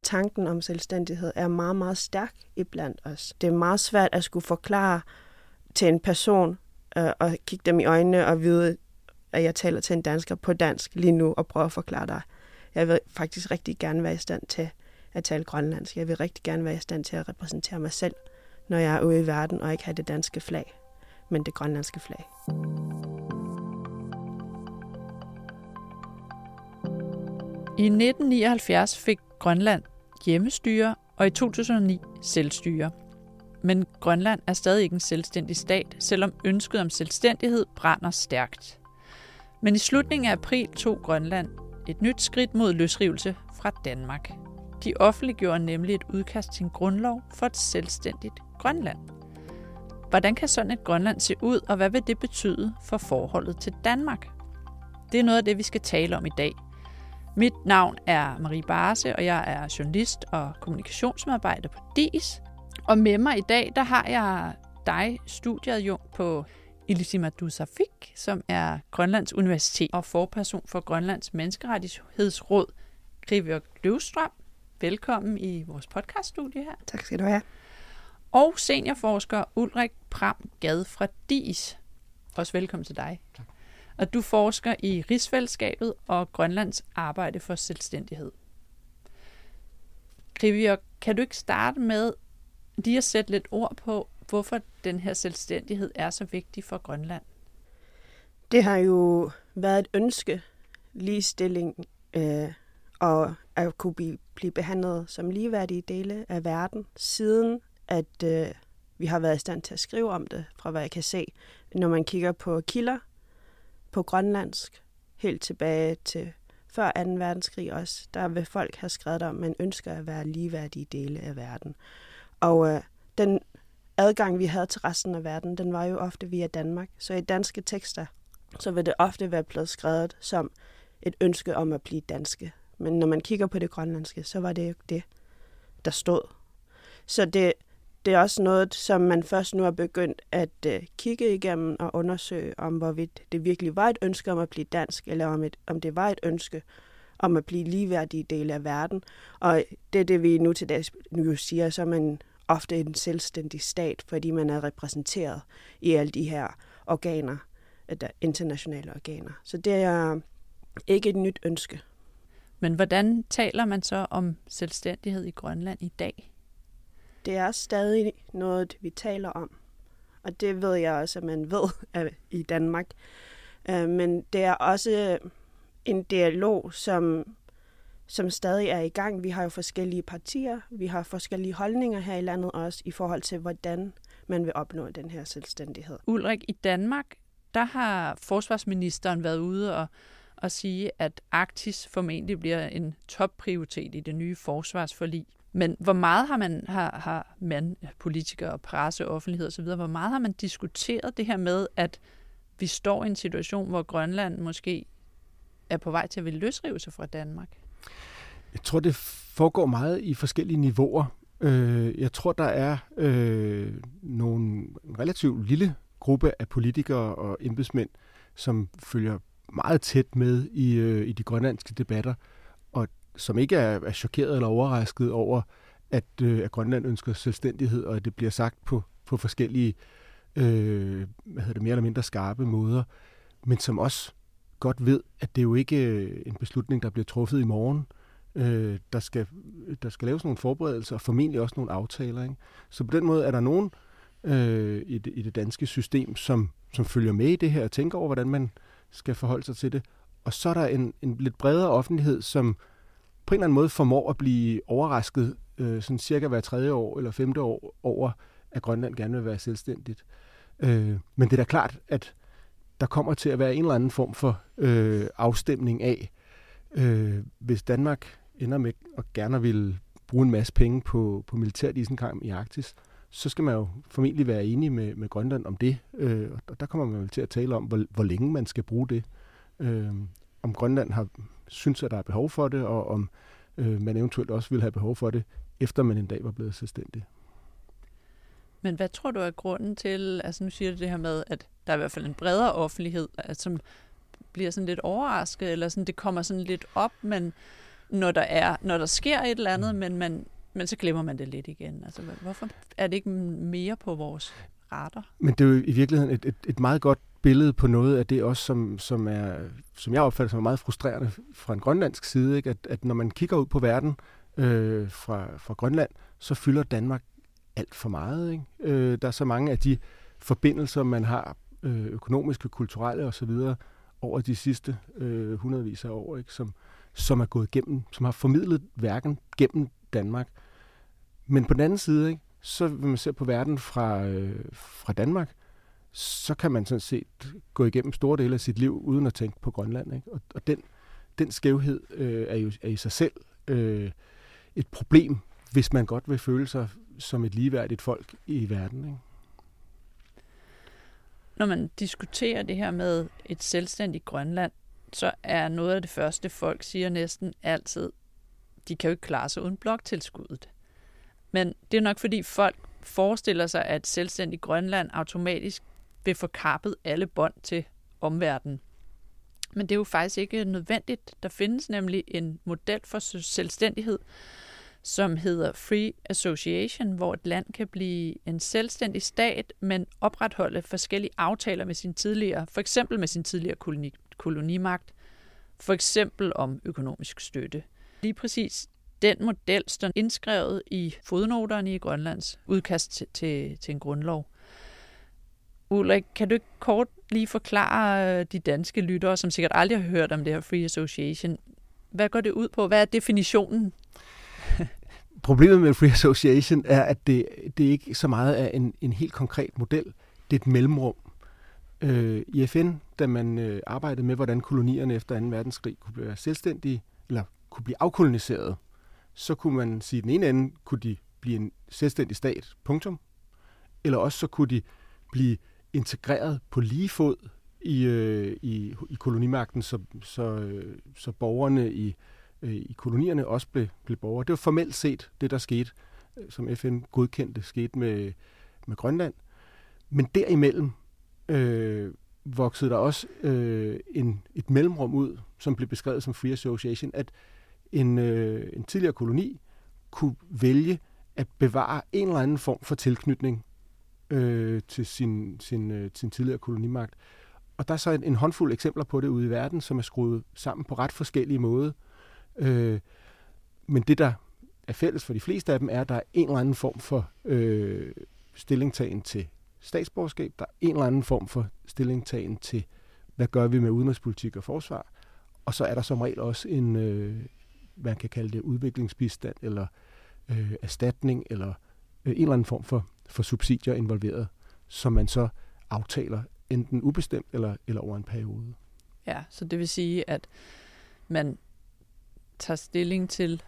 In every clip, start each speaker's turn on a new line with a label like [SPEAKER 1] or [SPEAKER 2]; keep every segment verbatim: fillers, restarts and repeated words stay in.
[SPEAKER 1] tanken om selvstændighed er meget, meget stærk iblandt os. Det er meget svært at skulle forklare til en person øh, og kigge dem i øjnene og vide, at jeg taler til en dansker på dansk lige nu og prøve at forklare dig. Jeg vil faktisk rigtig gerne være i stand til at tale grønlandsk. Jeg vil rigtig gerne være i stand til at repræsentere mig selv, når jeg er ude i verden og ikke have det danske flag, men det grønlandske flag.
[SPEAKER 2] I nitten nioghalvfjerds fik Grønland hjemmestyre, og i to tusind og ni selvstyre. Men Grønland er stadig ikke en selvstændig stat, selvom ønsket om selvstændighed brænder stærkt. Men i slutningen af april tog Grønland et nyt skridt mod løsrivelse fra Danmark. De offentliggjorde nemlig et udkast til en grundlov for et selvstændigt Grønland. Hvordan kan sådan et Grønland se ud, og hvad vil det betyde for forholdet til Danmark? Det er noget af det, vi skal tale om i dag. Mit navn er Marie Barse, og jeg er journalist og kommunikationsmedarbejder på D I S. Og med mig i dag, der har jeg dig, studieadjunkt på Ilisimatusarfik, som er Grønlands Universitet og forperson for Grønlands Menneskerettighedsråd, Krivjørg Løvstrøm. Velkommen i vores podcaststudie her.
[SPEAKER 1] Tak skal du have.
[SPEAKER 2] Og seniorforsker Ulrik Pram Gad fra D I S. Også velkommen til dig.
[SPEAKER 3] Tak.
[SPEAKER 2] Og du forsker i rigsfællesskabet og Grønlands arbejde for selvstændighed. Krivjørg, kan du ikke starte med lige at sætte lidt ord på, hvorfor den her selvstændighed er så vigtig for Grønland?
[SPEAKER 1] Det har jo været et ønske, ligestilling øh, og at kunne blive, blive behandlet som ligeværdige dele af verden, siden at øh, vi har været i stand til at skrive om det, fra hvad jeg kan se. Når man kigger på kilder på grønlandsk, helt tilbage til før anden verdenskrig også, der vil folk have skrevet om, at man ønsker at være ligeværdige dele af verden. Og øh, den adgang, vi havde til resten af verden, den var jo ofte via Danmark. Så i danske tekster, så vil det ofte være blevet skrevet som et ønske om at blive danske. Men når man kigger på det grønlandske, så var det jo det, der stod. Så det, det er også noget, som man først nu har begyndt at uh, kigge igennem og undersøge, om hvorvidt det virkelig var et ønske om at blive dansk, eller om, et, om det var et ønske om at blive ligeværdige dele af verden. Og det er det, vi nu til dags nu siger, så er man ofte en selvstændig stat, fordi man er repræsenteret i alle de her organer, der internationale organer. Så det er ikke et nyt ønske.
[SPEAKER 2] Men hvordan taler man så om selvstændighed i Grønland i dag?
[SPEAKER 1] Det er stadig noget, vi taler om. Og det ved jeg også, at man ved i Danmark. Men det er også en dialog, som, som stadig er i gang. Vi har jo forskellige partier, vi har forskellige holdninger her i landet også, i forhold til, hvordan man vil opnå den her selvstændighed.
[SPEAKER 2] Ulrik, i Danmark, der har forsvarsministeren været ude og og sige, at Arktis formentlig bliver en topprioritet i det nye forsvarsforlig. Men hvor meget har man, har, har man politikere, presse, offentlighed osv., hvor meget har man diskuteret det her med, at vi står i en situation, hvor Grønland måske er på vej til at ville løsrive sig fra Danmark?
[SPEAKER 3] Jeg tror, det foregår meget i forskellige niveauer. Jeg tror, der er øh, nogle en relativt lille gruppe af politikere og embedsmænd, som følger meget tæt med i, øh, i de grønlandske debatter, og som ikke er, er chokeret eller overrasket over, at, øh, at Grønland ønsker selvstændighed, og at det bliver sagt på, på forskellige øh, hvad hedder det, mere eller mindre skarpe måder, men som også godt ved, at det jo ikke er en beslutning, der bliver truffet i morgen. Øh, der, skal, der skal laves nogle forberedelser, og formentlig også nogle aftaler. Ikke? Så på den måde er der nogen øh, i, det, i det danske system, som, som følger med i det her og tænker over, hvordan man skal forholde sig til det. Og så er der en, en lidt bredere offentlighed, som på en eller anden måde formår at blive overrasket øh, sådan cirka hver tredje år eller femte år over, at Grønland gerne vil være selvstændigt. Øh, men det er da klart, at der kommer til at være en eller anden form for øh, afstemning af, øh, hvis Danmark ender med at gerne vil bruge en masse penge på, på militært isenkram i Arktis, så skal man jo formentlig være enig med, med Grønland om det. Øh, og der kommer man jo til at tale om, hvor, hvor længe man skal bruge det. Øh, om Grønland har synes, at der er behov for det, og om øh, man eventuelt også vil have behov for det, efter man en dag var blevet selvstændig.
[SPEAKER 2] Men hvad tror du er grunden til, altså nu siger du det her med, at der er i hvert fald en bredere offentlighed, altså, som bliver sådan lidt overrasket, eller sådan, det kommer sådan lidt op, men når der er, når der sker et eller andet, men, man, men så glemmer man det lidt igen. Altså, hvorfor er det ikke mere på vores radar?
[SPEAKER 3] Men det er jo i virkeligheden et, et, et meget godt billede på noget af det også, som, som, er, som jeg opfatter som meget frustrerende fra en grønlandsk side, ikke? At, at når man kigger ud på verden øh, fra, fra Grønland, så fylder Danmark alt for meget. Ikke? Øh, der er så mange af de forbindelser, man har, øh, økonomiske, kulturelle osv., over de sidste øh, hundredvis af år, ikke? Som, som er gået igennem, som har formidlet verden gennem Danmark. Men på den anden side, ikke? Så vil man se på verden fra, øh, fra Danmark, så kan man sådan set gå igennem store dele af sit liv, uden at tænke på Grønland. Ikke? Og, og den, den skævhed øh, er jo er i sig selv øh, et problem, hvis man godt vil føle sig som et ligeværdigt folk i verden. Ikke?
[SPEAKER 2] Når man diskuterer det her med et selvstændigt Grønland, så er noget af det første, folk siger næsten altid, de kan jo ikke klare sig uden bloktilskuddet. Men det er nok, fordi folk forestiller sig, at selvstændigt Grønland automatisk vil få kappet alle bånd til omverdenen. Men det er jo faktisk ikke nødvendigt. Der findes nemlig en model for selvstændighed, som hedder Free Association, hvor et land kan blive en selvstændig stat, men opretholde forskellige aftaler med sin tidligere, for eksempel med sin tidligere koloni, kolonimagt, for eksempel om økonomisk støtte. Lige præcis den model står indskrevet i fodnoterne i Grønlands udkast til, til, til en grundlov. Ulrik, kan du ikke kort lige forklare de danske lyttere, som sikkert aldrig har hørt om det her Free Association? Hvad går det ud på? Hvad er definitionen?
[SPEAKER 3] Problemet med Free Association er, at det, det ikke så meget er en, en helt konkret model. Det er et mellemrum. Øh, I F N, da man øh, arbejdede med, hvordan kolonierne efter anden verdenskrig kunne blive selvstændige, eller kunne blive afkoloniseret, så kunne man sige, at den ene ende kunne de blive en selvstændig stat, punktum. Eller også så kunne de blive integreret på lige fod i, øh, i, i kolonimagten, så, så, øh, så borgerne i, øh, i kolonierne også blev, blev borgere. Det var formelt set det, der skete, som F N godkendte, skete med, med Grønland. Men derimellem øh, voksede der også øh, en, et mellemrum ud, som blev beskrevet som Free Association, at en, øh, en tidligere koloni kunne vælge at bevare en eller anden form for tilknytning øh, til sin, sin, øh, sin tidligere kolonimagt. Og der er så en, en håndfuld eksempler på det ude i verden, som er skruet sammen på ret forskellige måder. Øh, men det, der er fælles for de fleste af dem, er, at der er en eller anden form for øh, stillingtagen til statsborgerskab. Der er en eller anden form for stillingtagen til, hvad gør vi med udenrigspolitik og forsvar. Og så er der som regel også en, øh, man kan kalde det udviklingsbistand, eller øh, erstatning, eller øh, en eller anden form for, for subsidier involveret, som man så aftaler enten ubestemt eller, eller over en periode.
[SPEAKER 2] Ja, så det vil sige, at man tager stilling til,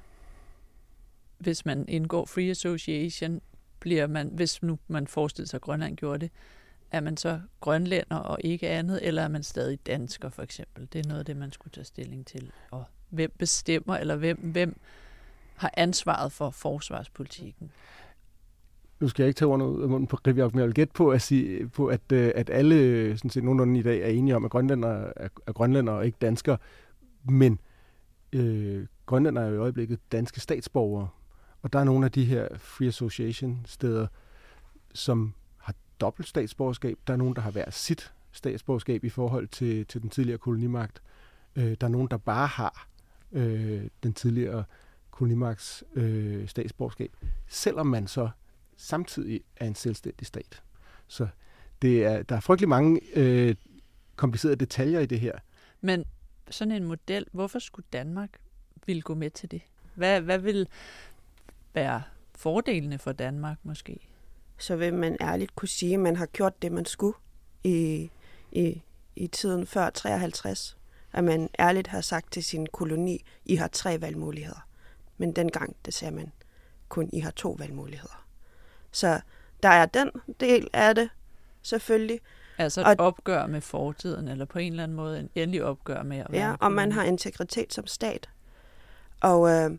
[SPEAKER 2] hvis man indgår Free Association, bliver man, hvis nu man forestiller sig, at Grønland gjorde det, er man så grønlænder og ikke andet, eller er man stadig dansker for eksempel? Det er noget af det, man skulle tage stilling til. Og hvem bestemmer, eller hvem, hvem har ansvaret for forsvarspolitikken?
[SPEAKER 3] Nu skal jeg ikke tage ordene ud af munden på Rivjok, men jeg vil gætte på at, sige, på, at, at alle sådan set, nogenlunde i dag er enige om, at grønlænder er, er grønlænder og ikke danskere. Men øh, grønlænder er i øjeblikket danske statsborgere. Og der er nogle af de her Free Association-steder, som har dobbelt statsborgerskab. Der er nogen, der har hver sit statsborgerskab i forhold til, til den tidligere kolonimagt. Øh, der er nogen, der bare har øh, den tidligere kolonimagts øh, statsborgerskab, selvom man så samtidig er en selvstændig stat. Så det er, der er frygtelig mange øh, komplicerede detaljer i det her.
[SPEAKER 2] Men sådan en model, hvorfor skulle Danmark ville gå med til det? Hvad, hvad vil være fordelene for Danmark måske?
[SPEAKER 1] Så vil man ærligt kunne sige, at man har gjort det, man skulle i, i, i tiden før treoghalvtreds. At man ærligt har sagt til sin koloni, I har tre valgmuligheder. Men dengang, det sagde man kun, I har to valgmuligheder. Så der er den del af det, selvfølgelig.
[SPEAKER 2] Altså et og, opgør med fortiden, eller på en eller anden måde en endelig opgør med at være
[SPEAKER 1] ja, og man har integritet som stat. Og, øh,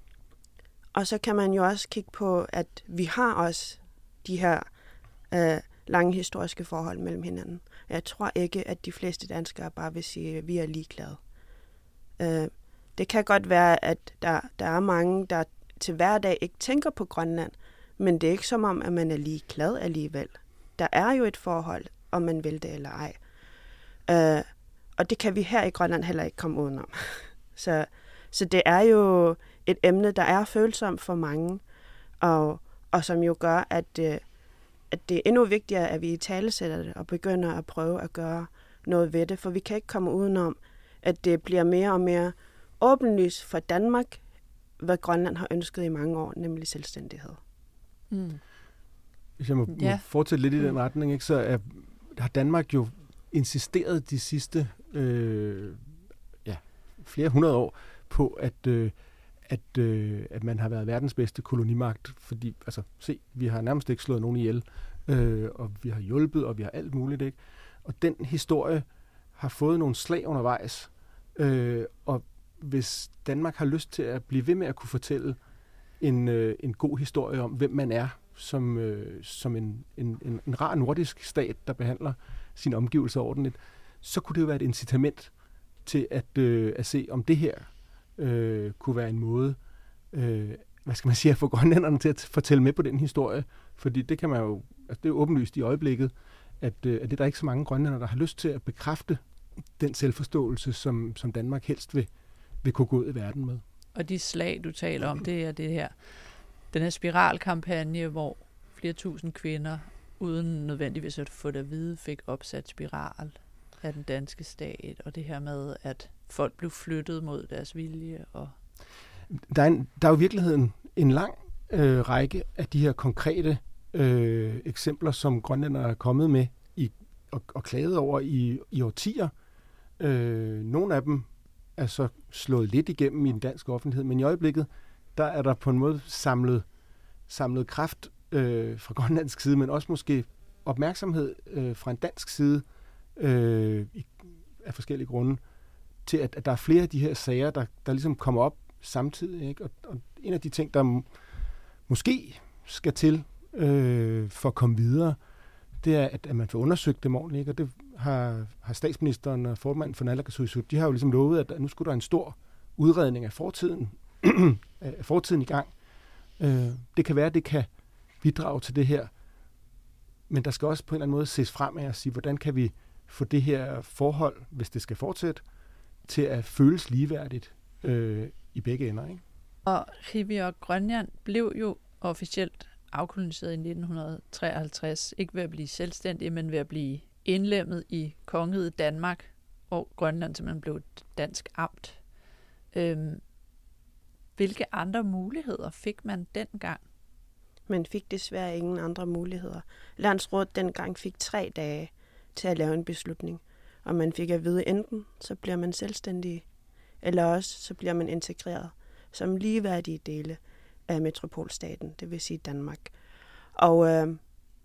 [SPEAKER 1] og så kan man jo også kigge på, at vi har også de her øh, lange historiske forhold mellem hinanden. Jeg tror ikke, at de fleste danskere bare vil sige, at vi er ligeglade. Øh, det kan godt være, at der, der er mange, der til hverdag ikke tænker på Grønland, men det er ikke som om, at man er lige glad alligevel. Der er jo et forhold, om man vil det eller ej. Uh, og det kan vi her i Grønland heller ikke komme udenom. så, så det er jo et emne, der er følsomt for mange, og, og som jo gør, at, uh, at det er endnu vigtigere, at vi italesætter det og begynder at prøve at gøre noget ved det, for vi kan ikke komme udenom, at det bliver mere og mere åbenlyst for Danmark, hvad Grønland har ønsket i mange år, nemlig selvstændighed.
[SPEAKER 2] Mm.
[SPEAKER 3] Hvis jeg må, ja. må fortsætte lidt i den retning, ikke, så er, har Danmark jo insisteret de sidste øh, ja, flere hundrede år på, at, øh, at, øh, at man har været verdens bedste kolonimagt. Fordi, altså, se, vi har nærmest ikke slået nogen ihjel, øh, og vi har hjulpet, og vi har alt muligt, ikke? Og den historie har fået nogle slag undervejs, øh, og hvis Danmark har lyst til at blive ved med at kunne fortælle en, øh, en god historie om, hvem man er, som, øh, som en, en, en, en rar nordisk stat, der behandler sine omgivelser ordentligt, så kunne det jo være et incitament til at, øh, at se, om det her øh, kunne være en måde, øh, hvad skal man sige, at få grønlænderne til at fortælle med på den historie. Fordi det kan man jo, altså det er jo åbenlyst i øjeblikket, at, øh, at det er der ikke så mange grønlændere, der har lyst til at bekræfte den selvforståelse, som, som Danmark helst vil, vil kunne gå ud i verden med.
[SPEAKER 2] Og de slag, du taler om, det er det her, den her spiralkampagne, hvor flere tusind kvinder, uden nødvendigvis at få det at vide, fik opsat spiral af den danske stat, og det her med, at folk blev flyttet mod deres vilje. Og
[SPEAKER 3] der, er en, der er jo i virkeligheden en lang øh, række af de her konkrete øh, eksempler, som grønlændere er kommet med i, og, og klaget over i, i årtier. Øh, nogle af dem er så slået lidt igennem i den danske offentlighed, men i øjeblikket, der er der på en måde samlet, samlet kraft øh, fra grønlandsk side, men også måske opmærksomhed øh, fra en dansk side øh, i, af forskellige grunde, til at, at der er flere af de her sager, der, der ligesom kommer op samtidig. Ikke? Og, og en af de ting, der m- måske skal til øh, for at komme videre, det er, at, at man får undersøgt dem ordentligt. Ikke? Og det har, har statsministeren og formanden for Naalakkersuisut, de har jo ligesom lovet, at nu skulle der en stor udredning af fortiden, af fortiden i gang. Øh, det kan være, at det kan bidrage til det her, men der skal også på en eller anden måde ses fremad og sige, hvordan kan vi få det her forhold, hvis det skal fortsætte, til at føles ligeværdigt øh, i begge ender. Ikke?
[SPEAKER 2] Og Rivi og Grønland blev jo officielt afkoloniseret i nitten treoghalvtreds, ikke ved at blive selvstændige, men ved at blive indlemmet i kongeriget Danmark, og Grønland simpelthen blev et dansk amt. Øhm, hvilke andre muligheder fik man dengang?
[SPEAKER 1] Man fik desværre ingen andre muligheder. Landsrådet dengang fik tre dage til at lave en beslutning, og man fik at vide, enten så bliver man selvstændig, eller også så bliver man integreret som ligeværdige dele af metropolstaten, det vil sige Danmark. Og øh,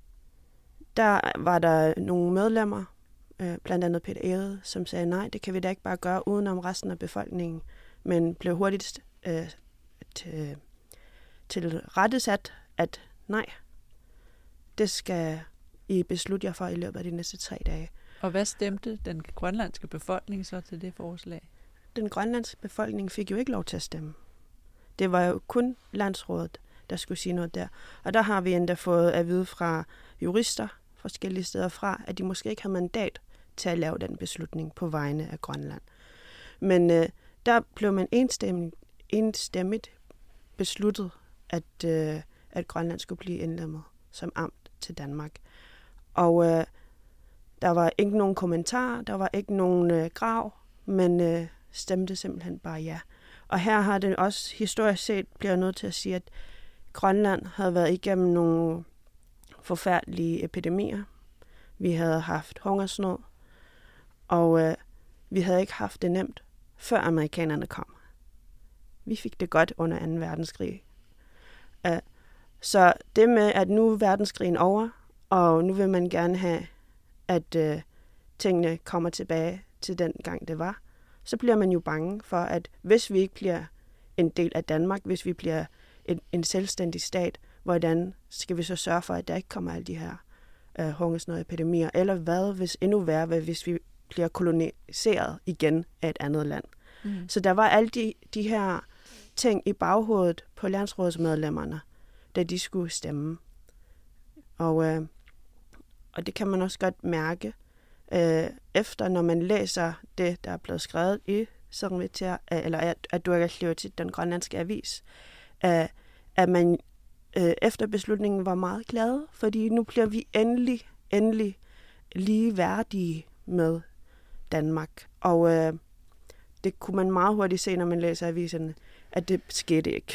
[SPEAKER 1] der var der nogle medlemmer, øh, blandt andet Peter Ehret, som sagde, nej, det kan vi da ikke bare gøre udenom resten af befolkningen, men blev hurtigt øh, til, til rettesat, at nej, det skal I beslutte jer for i løbet af de næste tre dage.
[SPEAKER 2] Og hvad stemte den grønlandske befolkning så til det forslag?
[SPEAKER 1] Den grønlandske befolkning fik jo ikke lov til at stemme. Det var jo kun landsrådet, der skulle sige noget der. Og der har vi endda fået at vide fra jurister forskellige steder fra, at de måske ikke har mandat til at lave den beslutning på vegne af Grønland. Men øh, der blev man enstemmigt, enstemmigt besluttet, at, øh, at Grønland skulle blive indlemmet som amt til Danmark. Og øh, der var ikke nogen kommentarer, der var ikke nogen øh, grav, men øh, stemte simpelthen bare ja. Og her har det også historisk set bliver nødt til at sige, at Grønland havde været igennem nogle forfærdelige epidemier. Vi havde haft hungersnød, og øh, vi havde ikke haft det nemt, før amerikanerne kom. Vi fik det godt under anden verdenskrig. Uh, så det med, at nu er verdenskrigen over, og nu vil man gerne have, at uh, tingene kommer tilbage til den gang det var, så bliver man jo bange for, at hvis vi ikke bliver en del af Danmark, hvis vi bliver en, en selvstændig stat, hvordan skal vi så sørge for, at der ikke kommer alle de her uh, hungersnødepidemier, eller hvad, hvis endnu værre, hvis vi bliver koloniseret igen af et andet land. Mm. Så der var alle de, de her ting i baghovedet på landsrådsmedlemmerne, da de skulle stemme. Og, øh, og det kan man også godt mærke, øh, efter når man læser det, der er blevet skrevet i Serengeti, eller at, at du ikke til den grønlandske avis, øh, at man øh, efter beslutningen var meget glad, fordi nu bliver vi endelig, endelig ligeværdige med Danmark. Og øh, det kunne man meget hurtigt se, når man læser aviserne, at det skete ikke.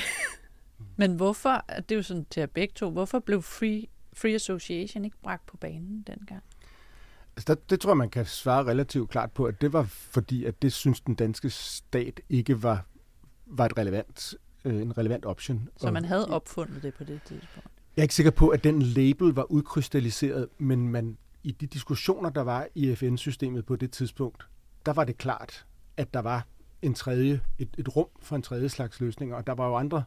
[SPEAKER 2] Men hvorfor, det er jo sådan til at begge to, hvorfor blev free, free association ikke bragt på banen dengang?
[SPEAKER 3] Altså det, det tror jeg, man kan svare relativt klart på, at det var fordi, at det synes den danske stat ikke var, var et relevant, øh, en relevant option.
[SPEAKER 2] Så man havde opfundet det på det tidspunkt?
[SPEAKER 3] Jeg er ikke sikker på, at den label var udkrystalliseret, men man, i de diskussioner, der var i F N-systemet på det tidspunkt, der var det klart, at der var en tredje, et, et rum for en tredje slags løsninger, og der var jo andre,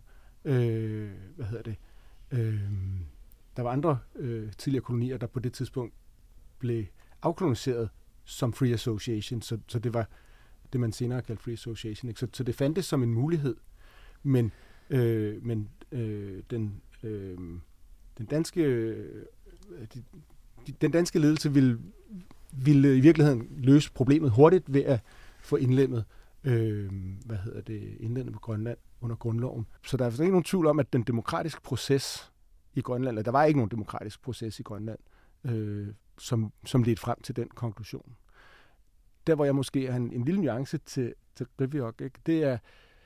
[SPEAKER 3] øh, hvad hedder det, øh, der var andre øh, tidligere kolonier, der på det tidspunkt blev afkoloniseret som free association, så, så det var det, man senere kaldte free association. Ikke? Så, så det fandtes som en mulighed, men, øh, men øh, den, øh, den danske øh, de, de, den danske ledelse ville, ville i virkeligheden løse problemet hurtigt ved at få indlemmet øh, hvad hedder det, indlemmet på Grønland under grundloven. Så der er ikke nogen tvivl om, at den demokratiske proces i Grønland, eller der var ikke nogen demokratisk proces i Grønland, øh, som, som ledte frem til den konklusion. Der, hvor jeg måske har en, en lille nuance til, til Qivioq, ikke, det er,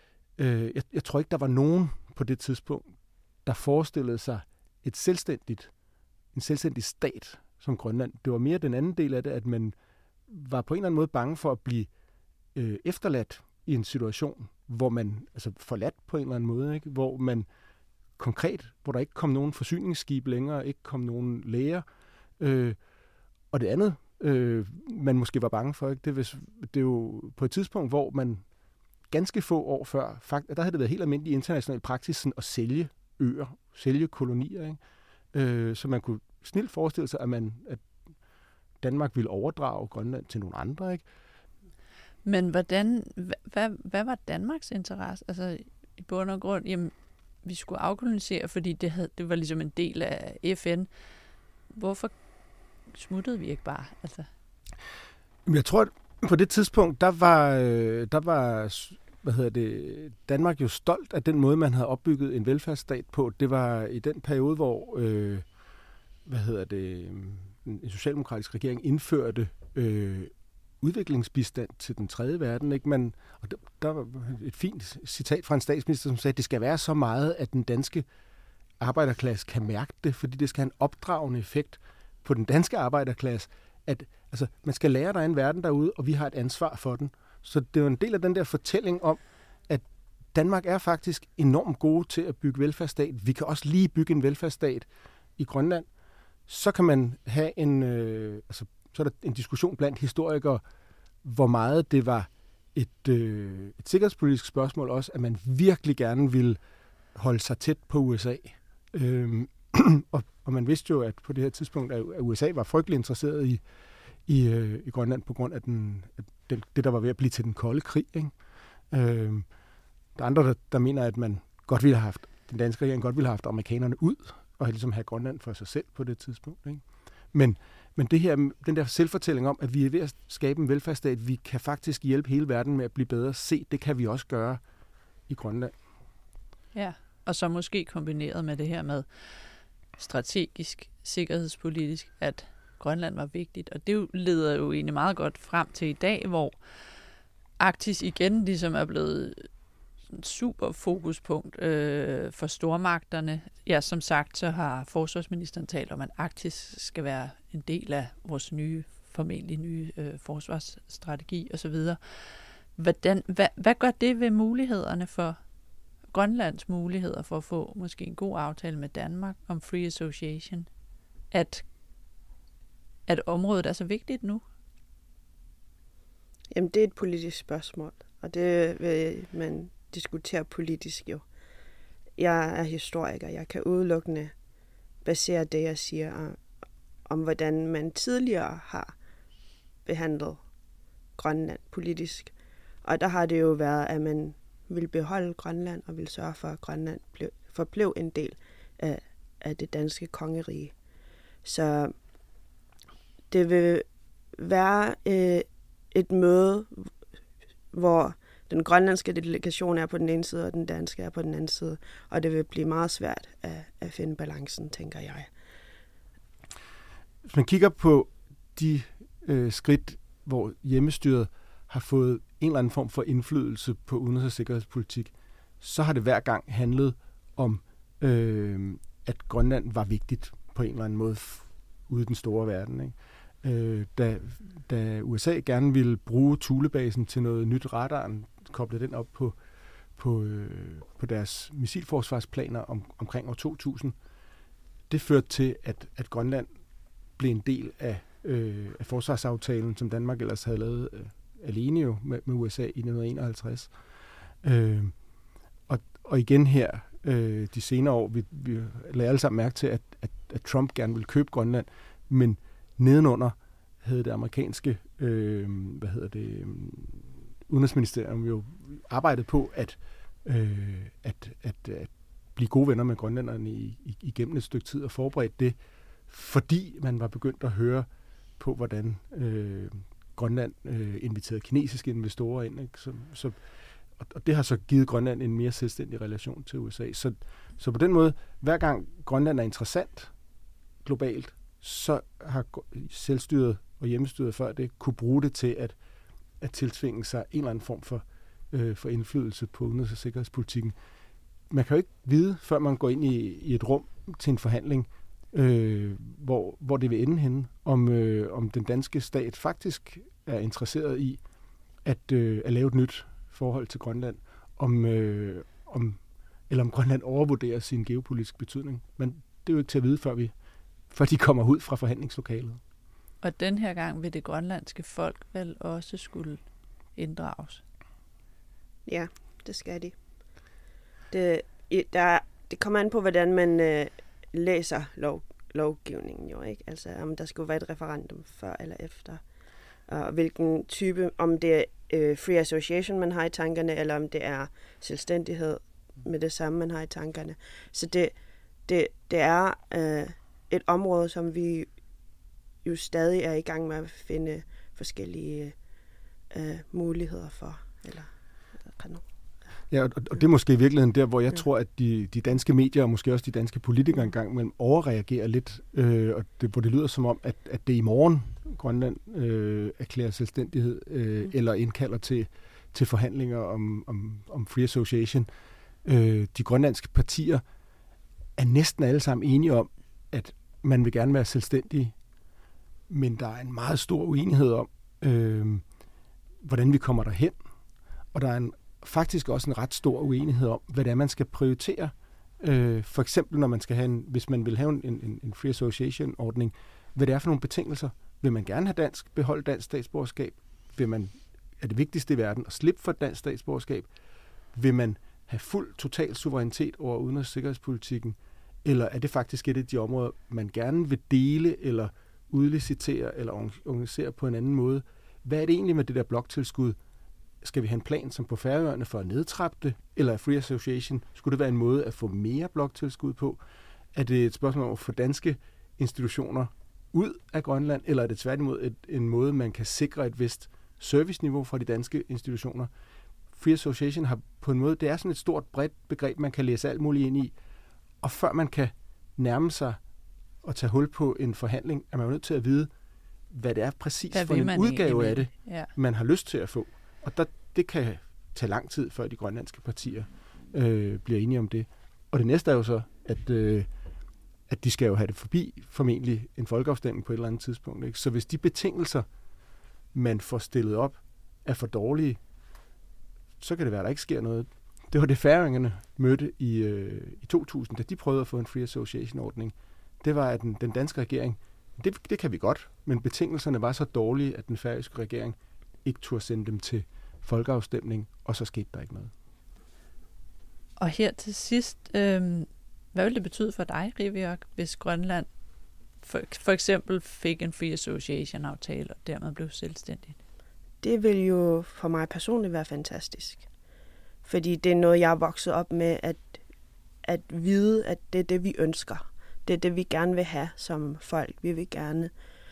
[SPEAKER 3] øh, jeg, jeg tror ikke, der var nogen på det tidspunkt, der forestillede sig et selvstændigt, en selvstændig stat som Grønland. Det var mere den anden del af det, at man var på en eller anden måde bange for at blive øh, efterladt i en situation, hvor man, altså forladt på en eller anden måde, ikke? Hvor man konkret, hvor der ikke kom nogen forsyningsskib længere, ikke kom nogen læger. Øh, og det andet, øh, man måske var bange for, ikke? Det, hvis, det er jo på et tidspunkt, hvor man ganske få år før, fakt, der havde det været helt almindelig international praksis sådan at sælge øer, sælge kolonier, ikke? Øh, så man kunne snilt forestille sig, at, man, at Danmark ville overdrage Grønland til nogle andre, ikke?
[SPEAKER 2] Men hvordan, hvad, hvad var Danmarks interesse? Altså i bund og grund, jamen, vi skulle afkolonisere, fordi det, havde, det var ligesom en del af F N. Hvorfor smuttede vi ikke bare? Altså?
[SPEAKER 3] Jeg tror, at på det tidspunkt, der var, der var hvad hedder det, Danmark jo stolt af den måde, man havde opbygget en velfærdsstat på. Det var i den periode, hvor øh, hvad hedder det, en socialdemokratisk regering indførte øh, udviklingsbistand til den tredje verden. Ikke? Man, og der, der var et fint citat fra en statsminister, som sagde, at det skal være så meget, at den danske arbejderklasse kan mærke det, fordi det skal have en opdragende effekt på den danske arbejderklasse, at altså, man skal lære, der er en verden derude, og vi har et ansvar for den. Så det er jo en del af den der fortælling om, at Danmark er faktisk enormt gode til at bygge velfærdsstat. Vi kan også lige bygge en velfærdsstat i Grønland. Så kan man have en, øh, altså, så er der en diskussion blandt historikere, hvor meget det var et, øh, et sikkerhedspolitisk spørgsmål også, at man virkelig gerne ville holde sig tæt på U S A. Øhm, og, og man vidste jo, at på det her tidspunkt, at U S A var frygtelig interesseret i, i, øh, i Grønland på grund af den, den, det, der var ved at blive til den kolde krig. Ikke? Øhm, der er andre, der, der mener, at man godt ville have haft, den danske regering godt ville have haft amerikanerne ud, og ligesom have Grønland for sig selv på det tidspunkt. Ikke? Men, men det her, den der selvfortælling om, at vi er ved at skabe en velfærdsstat, vi kan faktisk hjælpe hele verden med at blive bedre. Se, det kan vi også gøre i Grønland.
[SPEAKER 2] Ja, og så måske kombineret med det her med strategisk, sikkerhedspolitisk, at Grønland var vigtigt. Og det leder jo egentlig meget godt frem til i dag, hvor Arktis igen ligesom er blevet en super fokuspunkt øh, for stormagterne. Ja, som sagt, så har forsvarsministeren talt om, at Arktis skal være en del af vores nye, formentlig nye øh, forsvarsstrategi osv. Hvordan, hvad, hvad gør det ved mulighederne for Grønlands muligheder for at få måske en god aftale med Danmark om free association, at, at området er så vigtigt nu?
[SPEAKER 1] Jamen, det er et politisk spørgsmål, og det vil man diskutere politisk jo. Jeg er historiker, jeg kan udelukkende basere det, jeg siger, om hvordan man tidligere har behandlet Grønland politisk. Og der har det jo været, at man vil beholde Grønland og vil sørge for, at Grønland blev, forblev en del af, af det danske kongerige. Så det vil være øh, et møde, hvor den grønlandske delegation er på den ene side, og den danske er på den anden side. Og det vil blive meget svært at, at finde balancen, tænker jeg.
[SPEAKER 3] Hvis man kigger på de øh, skridt, hvor hjemmestyret har fået en eller anden form for indflydelse på udenrigs- og sikkerhedspolitik, så har det hver gang handlet om, øh, at Grønland var vigtigt på en eller anden måde ude i den store verden. Ikke? Øh, da, da U S A gerne ville bruge Thulebasen til noget nyt, radaren koblede den op på, på, øh, på deres missilforsvarsplaner om, omkring år to tusind. Det førte til, at, at Grønland blev en del af, øh, af forsvarsaftalen, som Danmark ellers havde lavet øh, alene jo med, med U S A i nitten enoghalvtreds. Øh, og, og igen her, øh, de senere år, vi, vi lagde alle sammen mærke til, at, at, at Trump gerne ville købe Grønland, men nedenunder havde det amerikanske øh, hvad hedder det, øh, udenrigsministerium jo arbejdet på at, øh, at, at, at blive gode venner med grønlænderne i, i, igennem et stykke tid og forberedt det, fordi man var begyndt at høre på, hvordan øh, Grønland øh, inviterede kinesiske investorer ind. Ikke? Så, så, og det har så givet Grønland en mere selvstændig relation til U S A. Så, så på den måde, hver gang Grønland er interessant globalt, så har selvstyret og hjemmestyret før det kunne bruge det til at, at tiltvinge sig en eller anden form for, øh, for indflydelse på udenrigs- og sikkerhedspolitikken. Man kan jo ikke vide, før man går ind i, i et rum til en forhandling, øh, hvor, hvor det vil ende henne, om, øh, om den danske stat faktisk er interesseret i at, øh, at lave et nyt forhold til Grønland, om, øh, om, eller om Grønland overvurderer sin geopolitiske betydning. Men det er jo ikke til at vide, før, vi, før de kommer ud fra forhandlingslokalet.
[SPEAKER 2] Og den her gang vil det grønlandske folk vel også skulle inddrages?
[SPEAKER 1] Ja, det skal de. Det, der, det kommer an på, hvordan man øh, læser lov, lovgivningen jo, ikke? Altså, om der skulle være et referendum før eller efter. Og hvilken type, om det er øh, free association, man har i tankerne, eller om det er selvstændighed med det samme, man har i tankerne. Så det, det, det er øh, et område, som vi jo stadig er i gang med at finde forskellige øh, muligheder for. Eller, eller
[SPEAKER 3] Ja, og, og det er måske i virkeligheden der, hvor jeg ja. tror, at de, de danske medier, og måske også de danske politikere engang mellem overreagerer lidt, øh, og det, hvor det lyder som om, at, at det i morgen Grønland øh, erklærer selvstændighed, øh, mm. eller indkalder til, til forhandlinger om, om, om free association. Øh, de grønlandske partier er næsten alle sammen enige om, at man vil gerne være selvstændige, men der er en meget stor uenighed om, øh, hvordan vi kommer derhen, og der er en faktisk også en ret stor uenighed om, hvad det er, man skal prioritere. Øh, for eksempel, når man skal have en, hvis man vil have en, en, en free association-ordning, hvad det er for nogle betingelser. Vil man gerne have dansk, beholde dansk statsborgerskab? Vil man, er det vigtigste i verden at slippe for dansk statsborgerskab? Vil man have fuld, total suverænitet over udenrigs- og sikkerhedspolitikken? Eller er det faktisk et af de områder, man gerne vil dele, eller udlicitere, eller organisere på en anden måde? Hvad er det egentlig med det der bloktilskud? Skal vi have en plan som på Færøerne for at nedtrappe det, eller er free association? Skulle det være en måde at få mere bloktilskud på? Er det et spørgsmål om at få danske institutioner ud af Grønland, eller er det tværtimod et, en måde, man kan sikre et vist serviceniveau fra de danske institutioner? Free association har på en måde, det er sådan et stort, bredt begreb, man kan læse alt muligt ind i, og før man kan nærme sig og tage hul på en forhandling, er man jo nødt til at vide, hvad det er præcis for en udgave af det, ja. man har lyst til at få. Og der, det kan tage lang tid, før de grønlandske partier øh, bliver enige om det. Og det næste er jo så, at, øh, at de skal jo have det forbi, formentlig en folkeafstemning på et eller andet tidspunkt. Ikke? Så hvis de betingelser, man får stillet op, er for dårlige, så kan det være, at der ikke sker noget. Det var det Færøerne mødte i, øh, i to tusind, da de prøvede at få en free association-ordning. Det var, at den, den danske regering, det, det kan vi godt, men betingelserne var så dårlige, at den færøske regering ikke turde sende dem til folkeafstemning, og så skete der ikke noget.
[SPEAKER 2] Og her til sidst, øh, hvad vil det betyde for dig, Riviok, hvis Grønland for, for eksempel fik en free association-aftale og dermed blev selvstændigt?
[SPEAKER 1] det vil jo for mig personligt være fantastisk. Fordi det er noget, jeg er vokset op med, at, at vide, at det er det, vi ønsker. Det er det, vi gerne vil have som folk. Vi vil gerne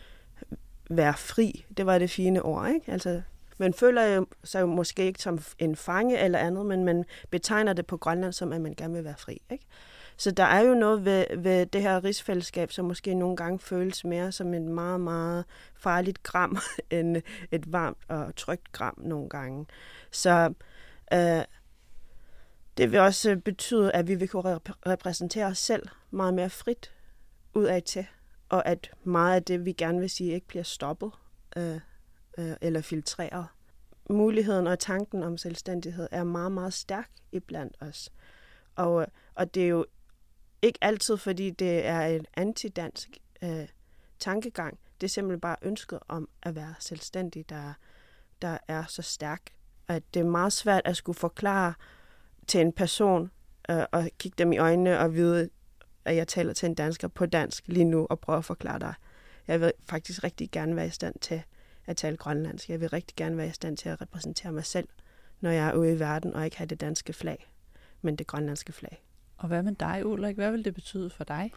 [SPEAKER 1] være fri. Det var det fine ord, ikke? Altså, man føler jo sig måske ikke som en fange eller andet, men man betegner det på Grønland som, at man gerne vil være fri, ikke? Så der er jo noget ved, ved det her rigsfællesskab, som måske nogle gange føles mere som et meget, meget farligt gram, end et varmt og trygt gram nogle gange. Så øh, det vil også betyde, at vi vil kunne repræsentere os selv meget mere frit udad til, og at meget af det, vi gerne vil sige, ikke bliver stoppet øh, øh, eller filtreret. Muligheden og tanken om selvstændighed er meget, meget stærk iblandt os. Og, og det er jo ikke altid, fordi det er en antidansk øh, tankegang. Det er simpelthen bare ønsket om at være selvstændig, der, der er så stærk. At det er meget svært at skulle forklare til en person øh, og kigge dem i øjnene og vide, at jeg taler til en dansker på dansk lige nu og prøve at forklare dig. Jeg vil faktisk rigtig gerne være i stand til at tale grønlandsk. Jeg vil rigtig gerne være i stand til at repræsentere mig selv, når jeg er ude i verden og ikke have det danske flag, men det grønlandske flag.
[SPEAKER 2] Og hvad med dig, Ulrik? Hvad vil det betyde for dig?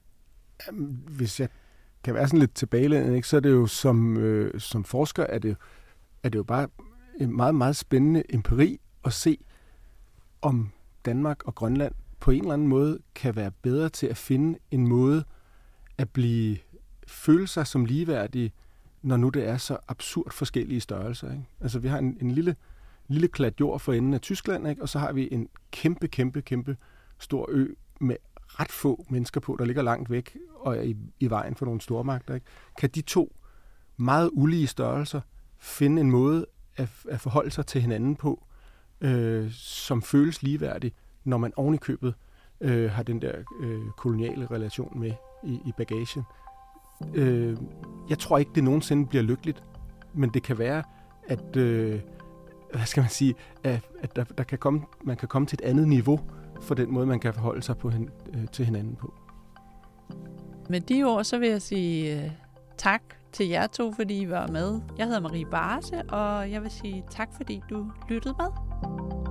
[SPEAKER 3] Hvis jeg kan være sådan lidt tilbagelænet, ikke, så er det jo som, øh, som forsker, er det, er det jo bare en meget, meget spændende empiri at se, om Danmark og Grønland på en eller anden måde kan være bedre til at finde en måde at blive føle sig som ligeværdige, når nu det er så absurd forskellige størrelser. Ikke? Altså vi har en, en lille, lille klat jord for enden af Tyskland, ikke? Og så har vi en kæmpe, kæmpe, kæmpe stor ø med ret få mennesker på, der ligger langt væk og er i, i vejen for nogle stormagter. Ikke? Kan de to meget ulige størrelser finde en måde at, at forholde sig til hinanden på, øh, som føles ligeværdig, når man oven i købet øh, har den der øh, koloniale relation med i, i bagagen. Øh, jeg tror ikke, det nogensinde bliver lykkeligt, men det kan være, at, øh, hvad skal man sige, at, at der, der kan komme, man kan komme til et andet niveau for den måde, man kan forholde sig på, øh, til hinanden på.
[SPEAKER 2] Med de ord, så vil jeg sige øh, tak til jer to, fordi I var med. Jeg hedder Marie Barse, og jeg vil sige tak, fordi du lyttede med.